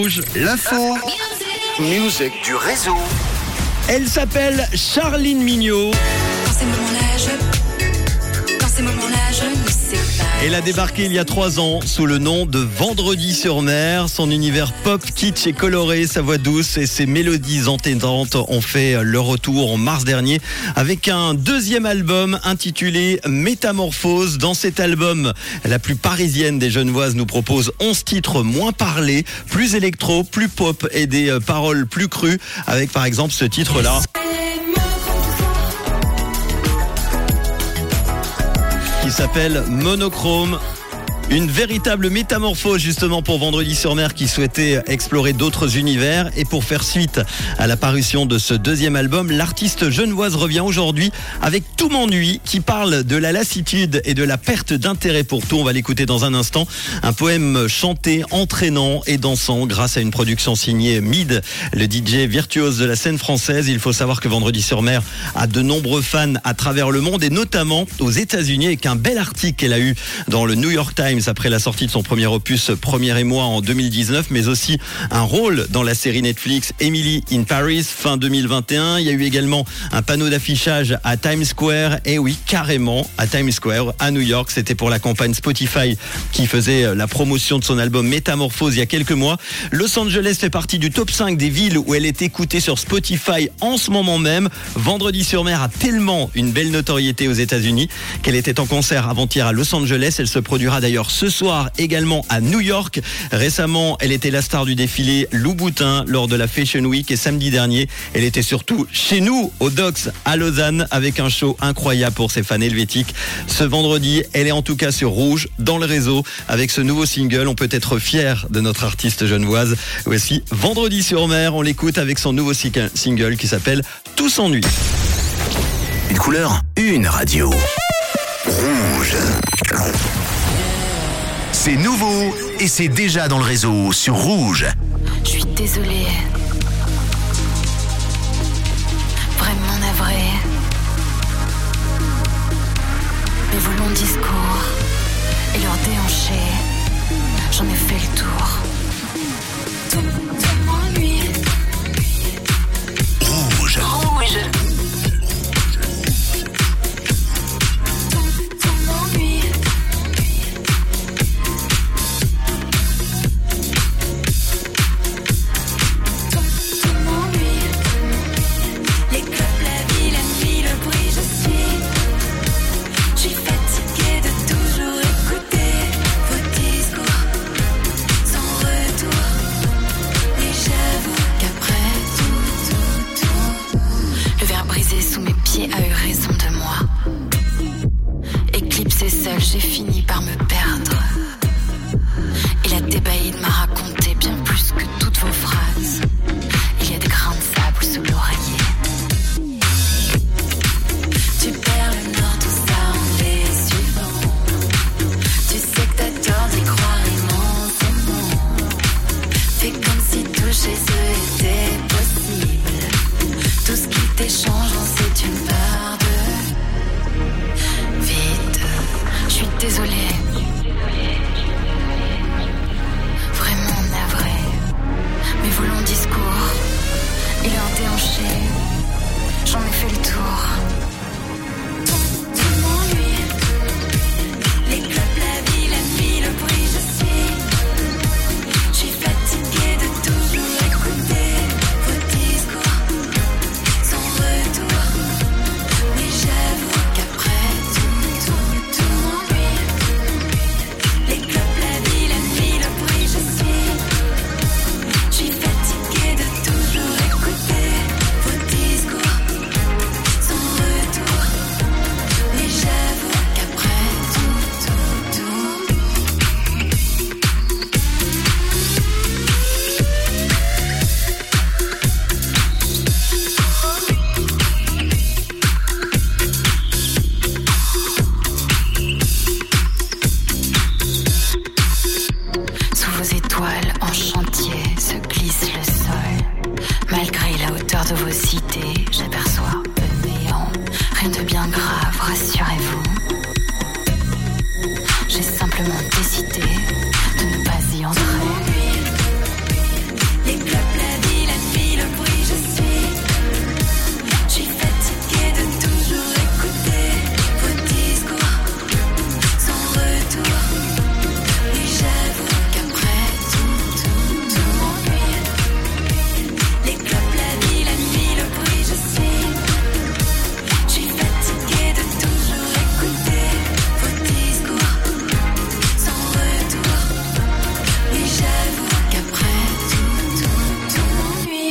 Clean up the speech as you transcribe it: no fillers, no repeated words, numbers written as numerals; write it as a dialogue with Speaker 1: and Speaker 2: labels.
Speaker 1: Rouge, l'info.
Speaker 2: Musique du réseau.
Speaker 1: Elle s'appelle Charline Mignot.
Speaker 3: Dans ces moments-là, je ne sais pas.
Speaker 1: Elle a débarqué il y a 3 ans sous le nom de Vendredi-sur-Mer. Son univers pop, kitsch et coloré, sa voix douce et ses mélodies entêtantes ont fait leur retour en mars dernier avec un deuxième album intitulé Métamorphose. Dans cet album, la plus parisienne des Genevoises nous propose 11 titres moins parlés, plus électro, plus pop et des paroles plus crues, avec par exemple ce titre-là. Qui s'appelle Monochrome. Une véritable métamorphose justement pour Vendredi-sur-Mer qui souhaitait explorer d'autres univers. Et pour faire suite à la parution de ce deuxième album, l'artiste genevoise revient aujourd'hui avec Tout m'ennuie, qui parle de la lassitude et de la perte d'intérêt pour tout. On va l'écouter dans un instant. Un poème chanté, entraînant et dansant grâce à une production signée Mid, le DJ virtuose de la scène française. Il faut savoir que Vendredi-sur-Mer a de nombreux fans à travers le monde et notamment aux États-Unis, avec un bel article qu'elle a eu dans le New York Times après la sortie de son premier opus Premier émoi en 2019, mais aussi un rôle dans la série Netflix Emily in Paris fin 2021. Il y a eu également un panneau d'affichage à Times Square, et oui, carrément à Times Square à New York. C'était pour la campagne Spotify qui faisait la promotion de son album Métamorphose il y a quelques mois. Los Angeles fait partie du top 5 des villes où elle est écoutée sur Spotify en ce moment même. Vendredi-sur-Mer a tellement une belle notoriété aux États-Unis qu'elle était en concert avant-hier à Los Angeles. Elle se produira d'ailleurs ce soir également à New York. Récemment, elle était la star du défilé Louboutin lors de la Fashion Week, et samedi dernier, elle était surtout chez nous au Docks à Lausanne avec un show incroyable pour ses fans helvétiques. Ce vendredi, elle est en tout cas sur Rouge, dans le réseau, avec ce nouveau single. On peut être fier de notre artiste genevoise. Voici Vendredi-sur-Mer. On l'écoute avec son nouveau single qui s'appelle Tout s'ennuie.
Speaker 2: Une couleur, une radio. Rouge. C'est nouveau et c'est déjà dans le réseau sur Rouge.
Speaker 3: Je suis désolée. Vraiment navrée. Mais vos longs discours et leurs déhanchés, j'en ai fait le tour. Tout m'ennuie.
Speaker 2: Rouge.
Speaker 3: Rouge. Sous mes pieds a eu raison de moi. Éclipsée seule, j'ai fini par me perdre. Et la débaïde m'a raconté bien plus que toutes vos phrases. Il y a des grains de sable sous l'oreiller. Tu perds le nord, tout ça en les suivant. Tu sais que t'as tort d'y croire immensément. Fais comme si tout chez eux était possible. Tout ce qui t'échange, c'est une part de vide. Je suis désolée. Vraiment navrée. Mais vos longs discours et leurs déhanchés, j'en ai fait le